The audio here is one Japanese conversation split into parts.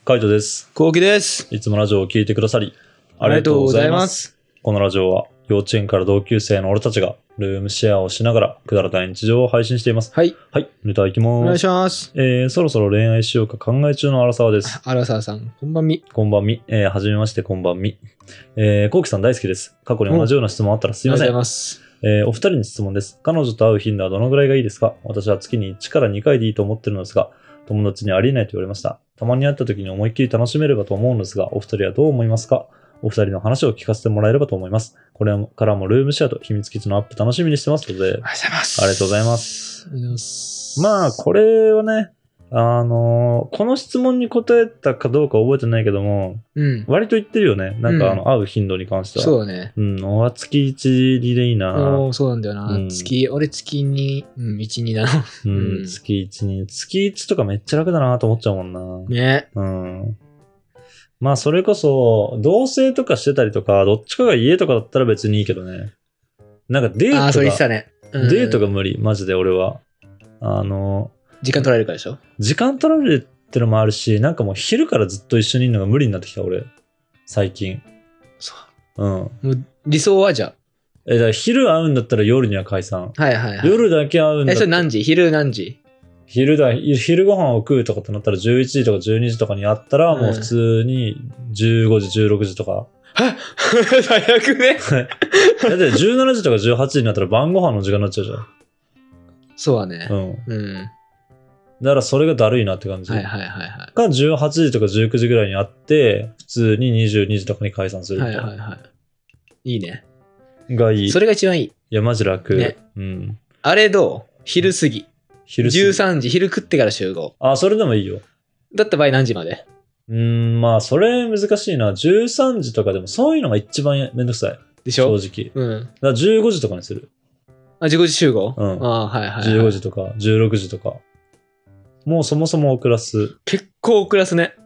カイトです。 コウキです。 いつもラジオを聞いてくださりありがとうございます。 このラジオは幼稚園から同級生の俺たちがルームシェアをしながらくだらない日常を配信しています。 はい。 はい。ネタいきます。 お願いします。 そろそろ恋愛しようか考え中の荒沢です。 荒沢さん、こんばんみ。 こんばんみ。はじめまして、こんばんみ。コウキさん大好きです。過去に同じような質問あったらすいません。 ありがとうございます。 お二人に質問です。彼女と会う頻度はどのぐらいがいいですか？私は月に1から2回でいいと思ってるのですが、友達にありえないと言われました。たまに会った時に思いっきり楽しめればと思うのですが、お二人はどう思いますか？お二人の話を聞かせてもらえればと思います。これからもルームシェアと秘密基地のアップ楽しみにしてますので。 ありがとうございます。 ありがとうございます。 ありがとうございます。 まあ、これはね、この質問に答えたかどうか覚えてないけども、割と言ってるよね。なんか会う頻度に関しては。 そうだね。 俺は月1でいいな。 そうなんだよな。俺月2、1、2だな。 月1に。月1とかめっちゃ楽だなと思っちゃうもんな。 ね。 まあ、それこそ、同棲とかしてたりとか、どっちかが家とかだったら別にいいけどね。なんかデートが、 それ言ってたね。 デートが無理、マジで俺は。 時間取られるからでしょ？時間取られるってのもあるし、なんかもう昼からずっと一緒にいるのが無理になってきた、俺。最近。 そう。 もう理想はじゃあ。 だから昼会うんだったら夜には解散。 はいはいはい。 夜だけ会うんだったら。 それ何時？昼何時？ 昼ご飯を食うとかってなったら11時とか12時とかに会ったらもう普通に15時、16時とか。 最悪ね。 だって17時とか18時になったら晩ご飯の時間になっちゃうじゃん。 そうだね。 だからそれがだるいなって感じ。か18時とか19時ぐらいに会って、普通に22時とかに解散するみたいな。 いいね。 がいい。 それが一番いい。 いや、マジ楽。 ね。あれどう？昼過ぎ。13時、昼食ってから集合。 それでもいいよ。 だった場合何時まで？ まあ、それ難しいな。13時とかでもそういうのが一番めんどくさい。 でしょ？ 正直。だから15時とかにする。 15時集合？ 15時とか、16時とか。もうそもそも遅らす。 結構遅らすね。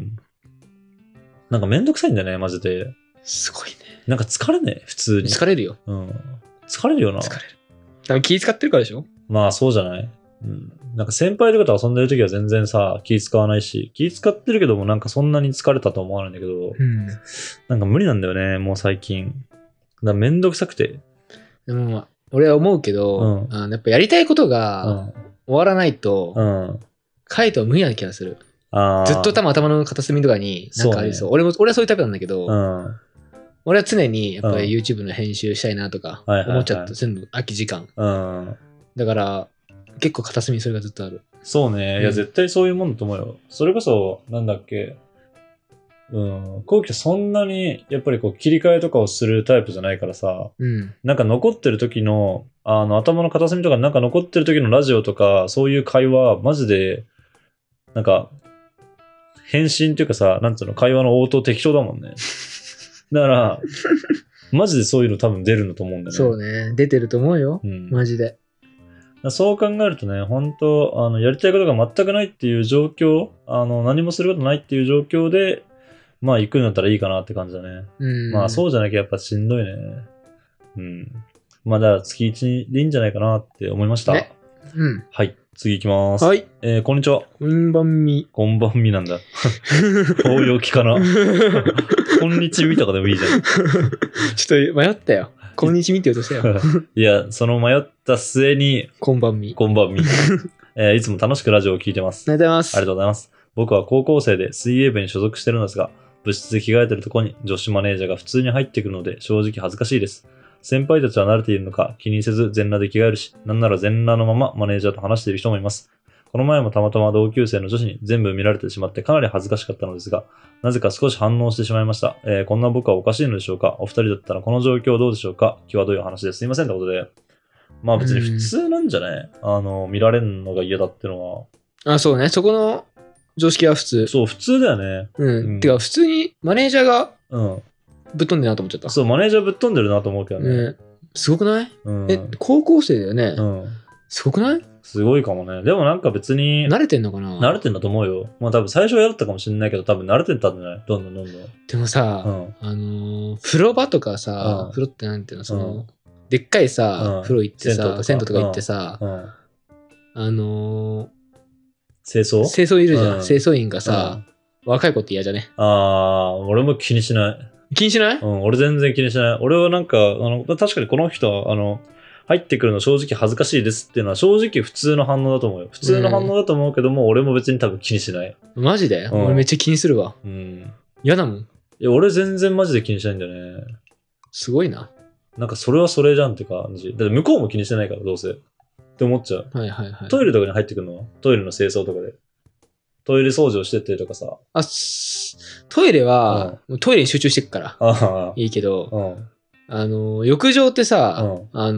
なんかめんどくさいんだよね、マジで。 すごいね。 なんか疲れね、普通に。 疲れるよ。 疲れるよな。 疲れる。多分気使ってるからでしょ？ まあそうじゃない？なんか先輩とかと遊んでる時は全然さ、気使わないし、気使ってるけどもなんかそんなに疲れたと思わないんだけど、なんか無理なんだよね、もう最近。だからめんどくさくて。 でも、俺は思うけど、やっぱやりたいことが終わらないと、カイトは無理な気がする。ずっと多分頭の片隅とかになんかありそう。俺はそういうタイプなんだけど、俺は常にやっぱり YouTube の編集したいなとか思っちゃって、全部空き時間。だから、結構片隅にそれがずっとある。 そうね。いや、絶対そういうもんだと思うよ。それこそ、なんだっけ。後期ってそんなに、やっぱりこう、切り替えとかをするタイプじゃないからさ、なんか残ってる時の、頭の片隅とかなんか残ってる時のラジオとか、そういう会話、マジで、なんか、返信っていうかさ、なんつうの、会話の応答適当だもんね。だから、マジでそういうの多分出るのと思うんだよね。 そうね。出てると思うよ。マジで。 そう考えるとね、本当やりたいことが全くないっていう状況、何もすることないっていう状況で、まあ行くんだったらいいかなって感じだね。まあそうじゃなきゃやっぱしんどいね。まあだから月1でいいんじゃないかなって思いました。はい。次行きます。 はい。 こんにちは。 こんばんみ。 こんばんみなんだ。応用きかな。こんにちみとかでもいいじゃん。 ちょっと迷ったよ。こんにちみって言うとしたよ。 いや、その迷った末に、 こんばんみ。 こんばんみ。いつも楽しくラジオを聞いてます。 ありがとうございます。 ありがとうございます。僕は高校生で水泳部に所属してるのですが、部室で着替えてるところに女子マネージャーが普通に入ってくるので正直恥ずかしいです。先輩たちは慣れているのか気にせず全裸で着替えるし、なんなら全裸のままマネージャーと話している人もいます。この前もたまたま同級生の女子に全部見られてしまってかなり恥ずかしかったのですが、なぜか少し反応してしまいました。こんな僕はおかしいのでしょうか？お二人だったらこの状況どうでしょうか？際どい話です。すいませんってことで。まあ別に普通なんじゃない？見られるのが嫌だってのは。そうね。そこの常識は普通。 そう、普通だよね。 てか普通にマネージャーがぶっ飛んでるなと思っちゃった。 そう、マネージャーぶっ飛んでるなと思うけどね。 すごくない？高校生だよね。すごくない？ すごいかもね。でもなんか別に。 慣れてんのかな？ 慣れてんだと思うよ。まあ多分最初は嫌だったかもしれないけど、多分慣れてたんじゃない？どんどん。 でもさ、風呂場とかさ、風呂ってなんていうの、でっかいさ、風呂行ってさ、銭湯とか行ってさ、清掃いるじゃん。清掃員がさ、 若い子って嫌じゃね。 俺も気にしない。 気にしない？ 俺全然気にしない。俺はなんか、確かにこの人は、入ってくるの正直恥ずかしいですっていうのは正直普通の反応だと思うよ。普通の反応だと思うけども、俺も別に多分気にしない。 マジで？俺めっちゃ気にするわ。嫌だもん。 いや、俺全然マジで気にしないんだよね。 すごいな。 なんかそれはそれじゃんって感じ。だって向こうも気にしてないからどうせ。って思っちゃう。トイレとかに入ってくるの？トイレの清掃とかで。トイレ掃除をしてってとかさ。 トイレは、トイレに集中してくから。いいけど、浴場ってさ、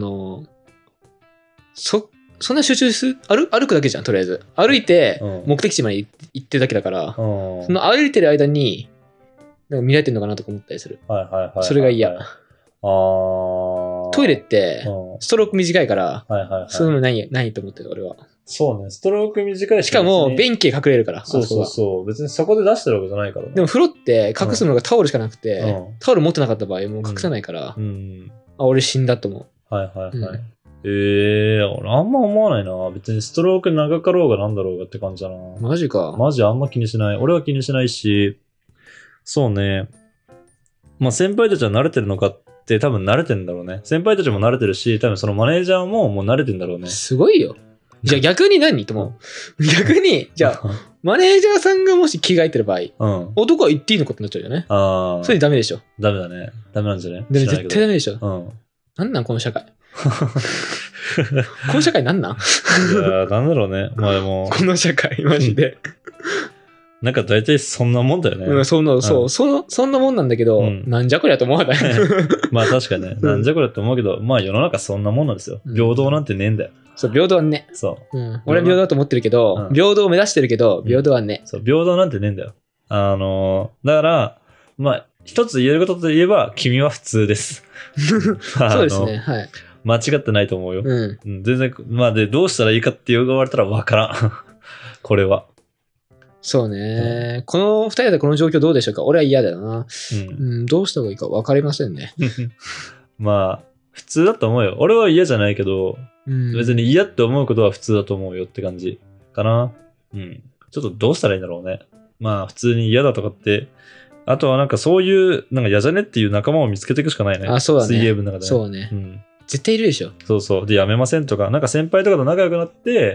そんな集中する？歩くだけじゃん、とりあえず。歩いて、目的地まで行ってるだけだから、その歩いてる間に、なんか見られてるのかなとか思ったりする。それが嫌。トイレって、ストローク短いから、そういうのないと思ってる、俺は。 そうね、ストローク短いしかも、便器隠れるから。 そう。別にそこで出してるわけじゃないからね。 でも、風呂って隠すものがタオルしかなくて、タオル持ってなかった場合、もう隠さないから、俺死んだと思う。俺あんま思わないな。別にストローク長かろうがなんだろうがって感じだな。 マジか。 マジあんま気にしない。俺は気にしないし、そうね。まあ先輩たちは慣れてるのかって多分慣れてるんだろうね。先輩たちも慣れてるし、多分そのマネージャーももう慣れてるんだろうね。 すごいよ。じゃあ逆に何と思う。逆に、じゃあ、マネージャーさんがもし着替えてる場合、男は言っていいのかってなっちゃうよね。それダメでしょ。 ダメだね。ダメなんじゃね。 絶対ダメでしょ。なんなんこの社会。この社会なんなん？ いやなんだろうね。まあでも。 この社会、マジで。 なんか大体そんなもんだよね。 そんなもんなんだけど、なんじゃこりゃと思わない。 まあ確かにね。なんじゃこりゃと思うけど、まあ世の中そんなもんなんですよ。平等なんてねえんだよ。 そう、平等はね。 そう。 俺は平等だと思ってるけど、平等を目指してるけど、平等はね。 そう、平等なんてねえんだよ。だから、まあ、一つ言えることといえば、君は普通です。 そうですね、はい。 間違ってないと思うよ。全然、まあで、どうしたらいいかって言われたら分からん。これは。 そうね。この二人でこの状況どうでしょうか？俺は嫌だよな。どうした方がいいか分かりませんね。 まあ、普通だと思うよ。俺は嫌じゃないけど、別に嫌って思うことは普通だと思うよって感じかな。ちょっとどうしたらいいんだろうね。まあ、普通に嫌だとかって、あとはなんかそういう、なんか嫌じゃねっていう仲間を見つけていくしかないね。 そうだね。 水泳部の中でね。 そうね。絶対いるでしょ。 そう。で、やめませんとか、なんか先輩とかと仲良くなって、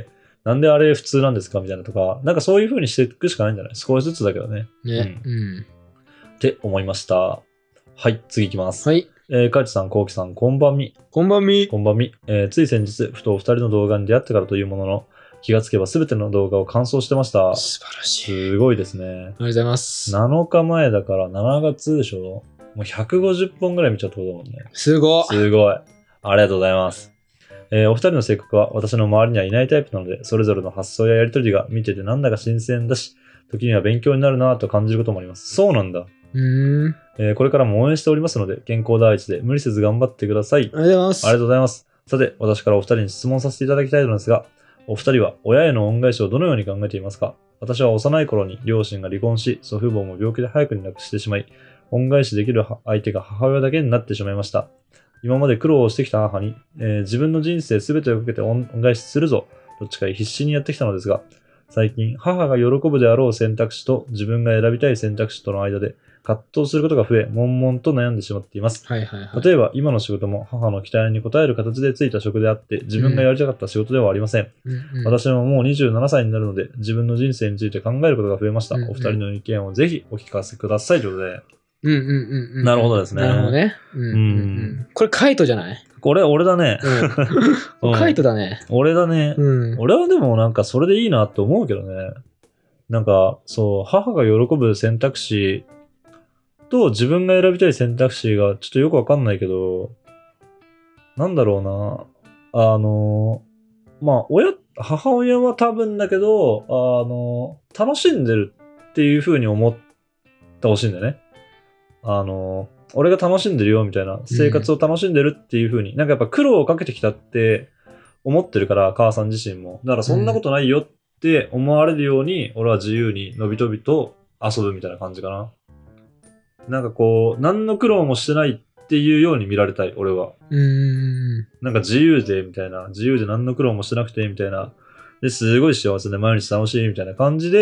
なんであれ普通なんですかみたいなとか、なんかそういう風にしていくしかないんじゃない？少しずつだけどね。って思いました。はい、次行きます。はい。カイトさん、コウキさん、こんばんみ。 こんばんみ。 こんばんみ。つい先日、ふとお二人の動画に出会ってからというものの、気がつけば全ての動画を完走してました。 素晴らしい。 すごいですね。ありがとうございます。 7日前だから7月でしょ？もう150本ぐらい見ちゃったことだもんね。 すごい。 すごい。ありがとうございます。お二人の性格は私の周りにはいないタイプなので、それぞれの発想ややりとりが見ててなんだか新鮮だし、時には勉強になるなぁと感じることもあります。そうなんだ。これからも応援しておりますので、健康第一で無理せず頑張ってください。ありがとうございます。 ありがとうございます。さて、私からお二人に質問させていただきたいのですが、お二人は親への恩返しをどのように考えていますか？私は幼い頃に両親が離婚し、祖父母も病気で早くに亡くしてしまい、恩返しできる相手が母親だけになってしまいました。今まで苦労をしてきた母に、自分の人生すべてをかけて恩返しするぞ、どっちか必死にやってきたのですが、最近母が喜ぶであろう選択肢と自分が選びたい選択肢との間で葛藤することが増え、悶々と悩んでしまっています。例えば今の仕事も母の期待に応える形でついた職であって、自分がやりたかった仕事ではありません。私ももう27歳になるので、自分の人生について考えることが増えました。お二人の意見をぜひお聞かせくださいということで。なるほどですね。 なるほどね。これカイトじゃない？ これ俺だね。 カイトだね。 俺だね。俺はでもなんかそれでいいなって思うけどね。なんかそう、母が喜ぶ選択肢と自分が選びたい選択肢がちょっとよくわかんないけど、なんだろうな。まあ母親は多分だけど、楽しんでるっていう風に思ってほしいんだよね。俺が楽しんでるよみたいな、生活を楽しんでるっていう風に、なんかやっぱ苦労をかけてきたって思ってるから、母さん自身も。だからそんなことないよって思われるように、俺は自由にのびとびと遊ぶみたいな感じかな。なんかこう、何の苦労もしてないっていうように見られたい、俺は。なんか自由でみたいな、自由で何の苦労もしてなくてみたいな。で、すごい幸せで毎日楽しいみたいな感じで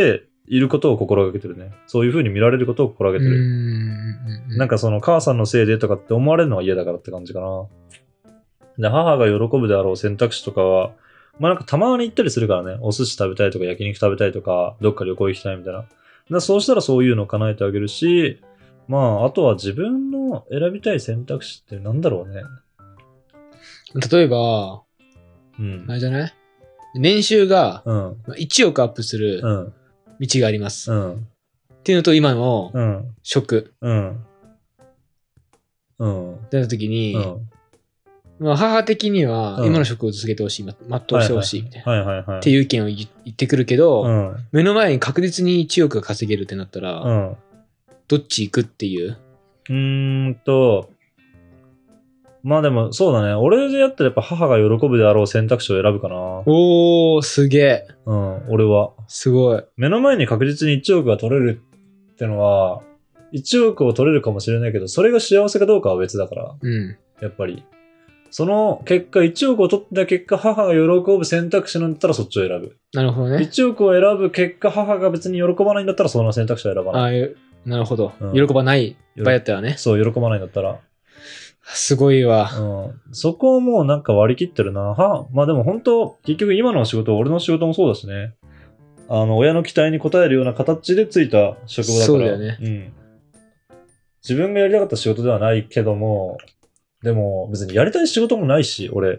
いることを心がけてるね。そういう風に見られることを心がけてる。なんかその母さんのせいでとかって思われるのは嫌だからって感じかな。で、母が喜ぶであろう選択肢とかは、まあなんかたまに行ったりするからね。お寿司食べたいとか焼肉食べたいとか、どっか旅行行きたいみたいな。そうしたらそういうのを叶えてあげるし、まああとは自分の選びたい選択肢ってなんだろうね。 例えば、あれじゃない？年収が1億アップする道があります。っていうのと今の職。ってなった時に、まあ母的には今の職を続けてほしい、全うしてほしいみたいな。っていう意見を言ってくるけど、目の前に確実に1億が稼げるってなったら、どっち行くっていう。 まあでもそうだね。俺でやったらやっぱ母が喜ぶであろう選択肢を選ぶかな。 おー、すげえ。 俺は。 すごい。 目の前に確実に1億が取れるってのは、1億を取れるかもしれないけど、それが幸せかどうかは別だから。やっぱり。その結果、1億を取った結果、母が喜ぶ選択肢なんだったらそっちを選ぶ。 なるほどね。 1億を選ぶ結果、母が別に喜ばないんだったらその選択肢を選ばない。 なるほど。喜ばない場合だったらね。 そう、喜ばないんだったら。 すごいわ。 そこをもうなんか割り切ってるな。まあでも本当、結局今の仕事、俺の仕事もそうだしね。親の期待に応えるような形でついた職場だから。 そうだよね。 自分がやりたかった仕事ではないけども、でも別にやりたい仕事もないし、俺。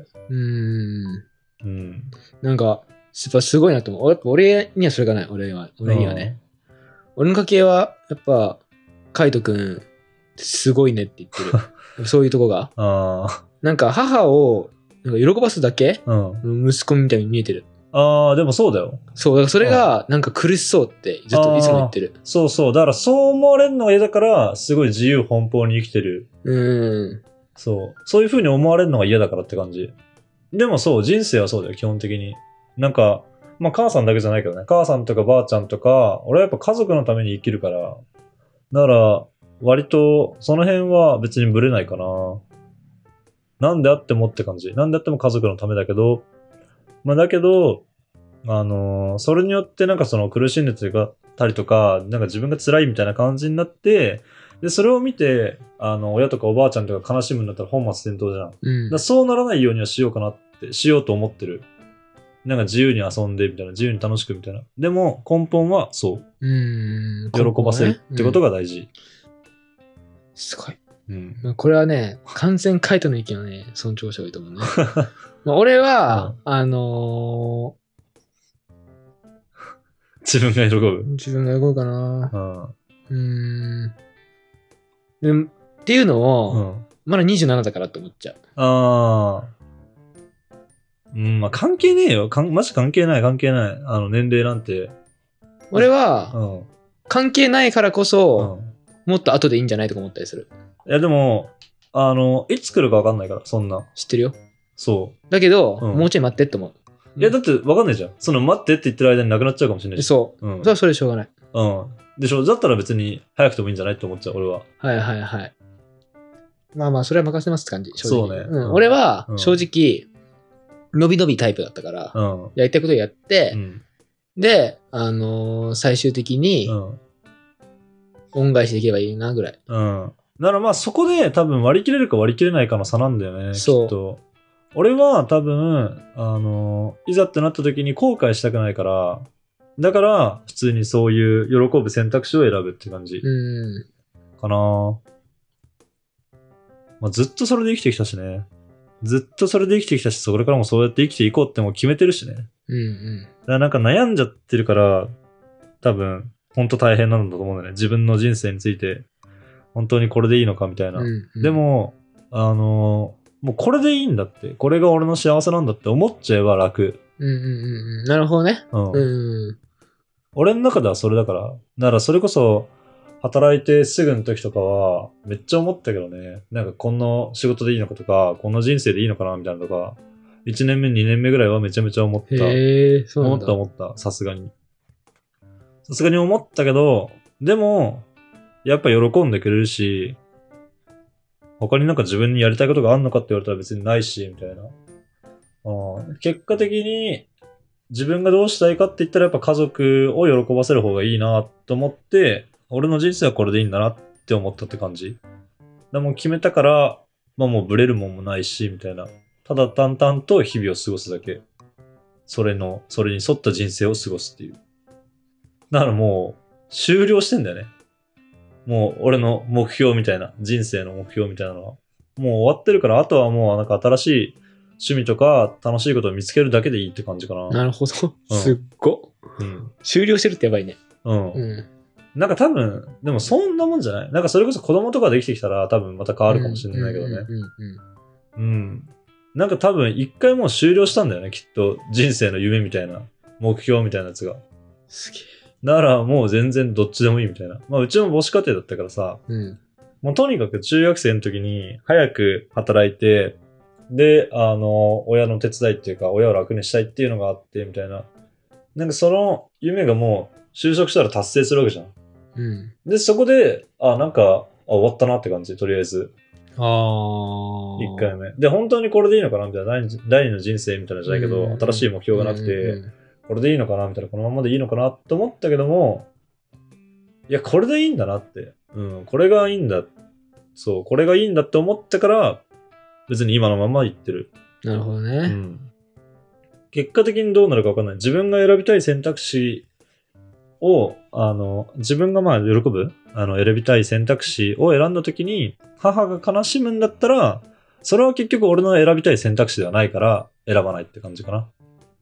なんか、やっぱすごいなと思う。俺にはそれがない。俺にはね。俺の家系は、やっぱ、カイトくん、すごいねって言ってる。そういうとこが。なんか母をなんか喜ばすだけ、息子みたいに見えてる。 でもそうだよ。 そう、だからそれがなんか苦しそうってずっといつも言ってる。 そうそう。だからそう思われるのが嫌だから、すごい自由奔放に生きてる。そういう風に思われるのが嫌だからって感じ。でもそう、人生はそうだよ、基本的に。なんか、まあ母さんだけじゃないけどね。母さんとかばあちゃんとか、俺はやっぱ家族のために生きるから。だから、割と、その辺は別にブレないかな。なんであってもって感じ。なんであっても家族のためだけど、まあだけど、それによってなんかその苦しんでたりとか、なんか自分が辛いみたいな感じになって、で、それを見て、親とかおばあちゃんとか悲しむんだったら本末転倒じゃん。だそうならないようにはしようと思ってる。なんか自由に遊んでみたいな、自由に楽しくみたいな。でも根本はそう。喜ばせるってことが大事。 すごい。これはね、完全カイトの意見をね、尊重した方がいいと思うね。まあ俺は、 自分が喜ぶ。 自分が喜ぶかな。っていうのを、まだ27だからって思っちゃう。 まあ関係ねえよ。マジ関係ない。年齢なんて。 俺は、関係ないからこそ、もっと後でいいんじゃないとか思ったりする。 いやでも、いつ来るか分かんないから、そんな。 知ってるよ。 そう。 だけど、もうちょい待ってって思う。 いやだって分かんないじゃん。その待ってって言ってる間になくなっちゃうかもしれないし。 そう。それはそれでしょうがない。 でしょ。だったら別に早くてもいいんじゃないって思っちゃう、俺は。 はい。まあまあ、それは任せますって感じ。 そうね。 俺は、正直、伸び伸びタイプだったから、やりたいことをやって、で、最終的に、恩返しできればいいな、ぐらい。 だからまあそこで多分割り切れるか割り切れないかの差なんだよね、きっと。俺は多分、いざってなった時に後悔したくないから、だから普通にそういう喜ぶ選択肢を選ぶって感じ。かな。まあずっとそれで生きてきたしね。ずっとそれで生きてきたし、それからもそうやって生きていこうってもう決めてるしね。だからなんか悩んじゃってるから、多分、本当大変なんだと思うんだよね。自分の人生について、本当にこれでいいのかみたいな。でも、もうこれでいいんだって。これが俺の幸せなんだって思っちゃえば楽。 なるほどね。 俺の中ではそれだから。だからそれこそ、働いてすぐの時とかは、めっちゃ思ったけどね。なんかこの仕事でいいのかとか、この人生でいいのかなみたいなとか、1年目、2年目ぐらいはめちゃめちゃ思った。思った。さすがに。さすがに思ったけど、でも、やっぱ喜んでくれるし、他になんか自分にやりたいことがあんのかって言われたら別にないし、みたいな。結果的に、 自分がどうしたいかって言ったらやっぱ家族を喜ばせる方がいいなと思って、俺の人生はこれでいいんだなって思ったって感じ。でも決めたから、まあもうブレるもんもないし、みたいな。ただ淡々と日々を過ごすだけ。それに沿った人生を過ごすっていう。だからもう、終了してんだよね。もう俺の目標みたいな、人生の目標みたいなのは。もう終わってるから、あとはもうなんか新しい趣味とか楽しいことを見つけるだけでいいって感じかな。 なるほど。すっご。うん。終了してるってやばいね。 うん。なんか多分、でもそんなもんじゃない？なんかそれこそ子供とかできてきたら多分また変わるかもしれないけどね。うん。なんか多分一回もう終了したんだよね、きっと。人生の夢みたいな、目標みたいなやつが。 すげえ。 だからもう全然どっちでもいいみたいな。まあうちも母子家庭だったからさ、もうとにかく中学生の時に早く働いて、で、親の手伝いっていうか、親を楽にしたいっていうのがあって、みたいな。なんかその夢がもう就職したら達成するわけじゃん。で、そこで、なんか、終わったなって感じ、とりあえず。1回目。で、本当にこれでいいのかなみたいな、第二の人生みたいなじゃないけど、新しい目標がなくて、これでいいのかなみたいな、このままでいいのかなって思ったけども、いや、これでいいんだなって。これがいいんだ。そう、これがいいんだって思ったから、別に今のまま言ってる。 なるほどね。 結果的にどうなるか分かんない。自分が選びたい選択肢を、自分がまあ喜ぶ、選びたい選択肢を選んだときに、母が悲しむんだったら、それは結局俺の選びたい選択肢ではないから、選ばないって感じかな。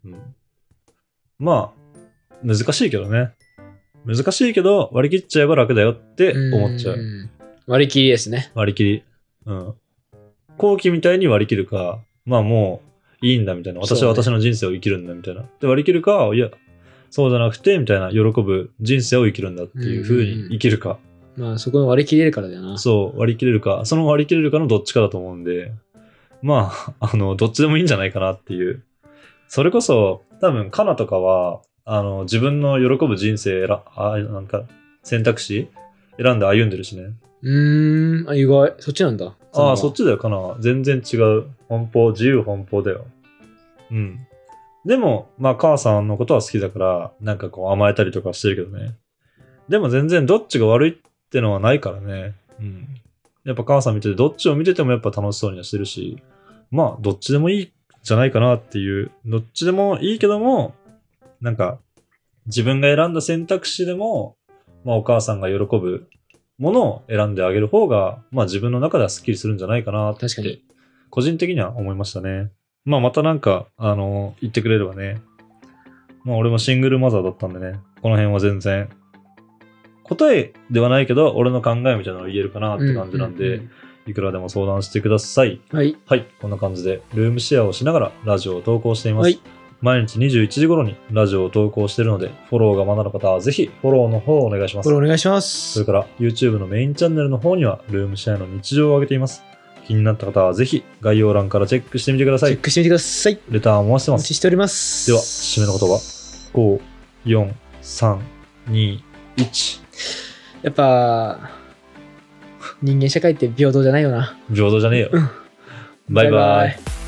まあ、難しいけどね。難しいけど、割り切っちゃえば楽だよって思っちゃう。 割り切りですね。 割り切り。後期みたいに割り切るか、まあもういいんだみたいな。私は私の人生を生きるんだみたいな。で割り切るか、いや、そうじゃなくて、みたいな、喜ぶ人生を生きるんだっていう風に生きるか。 まあそこの割り切れるからだよな。 そう、割り切れるか。その割り切れるかのどっちかだと思うんで、まあ、どっちでもいいんじゃないかなっていう。それこそ、多分、カナとかは、自分の喜ぶ人生なんか、選択肢選んで歩んでるしね。 意外。そっちなんだ。 そっちだよ、カナは。全然違う。自由奔放だよ。でも、まあ、母さんのことは好きだから、なんかこう甘えたりとかしてるけどね。でも全然どっちが悪いってのはないからね。やっぱ母さん見てて、どっちを見ててもやっぱ楽しそうにはしてるし、まあ、どっちでもいいじゃないかなっていう、どっちでもいいけども、なんか、自分が選んだ選択肢でも、まあ、お母さんが喜ぶものを選んであげる方が、まあ、自分の中ではスッキリするんじゃないかなって、個人的には思いましたね。まあまたなんか、言ってくれればね。まあ俺もシングルマザーだったんでね、この辺は全然、答えではないけど、俺の考えみたいなのを言えるかなって感じなんで、いくらでも相談してください。はい。こんな感じで、ルームシェアをしながらラジオを投稿しています。毎日21時頃にラジオを投稿しているので、フォローがまだの方はぜひフォローの方をお願いします。 フォローお願いします。 それから YouTube のメインチャンネルの方には、ルームシェアの日常を上げています。気になった方はぜひ概要欄からチェックしてみてください。 チェックしてみてください。 レターをお待ちしてます。 お待ちしております。 では、締めの言葉。5、4、3、2、1。 やっぱ、人間社会って平等じゃないよな。 平等じゃねえよ。バイバイ。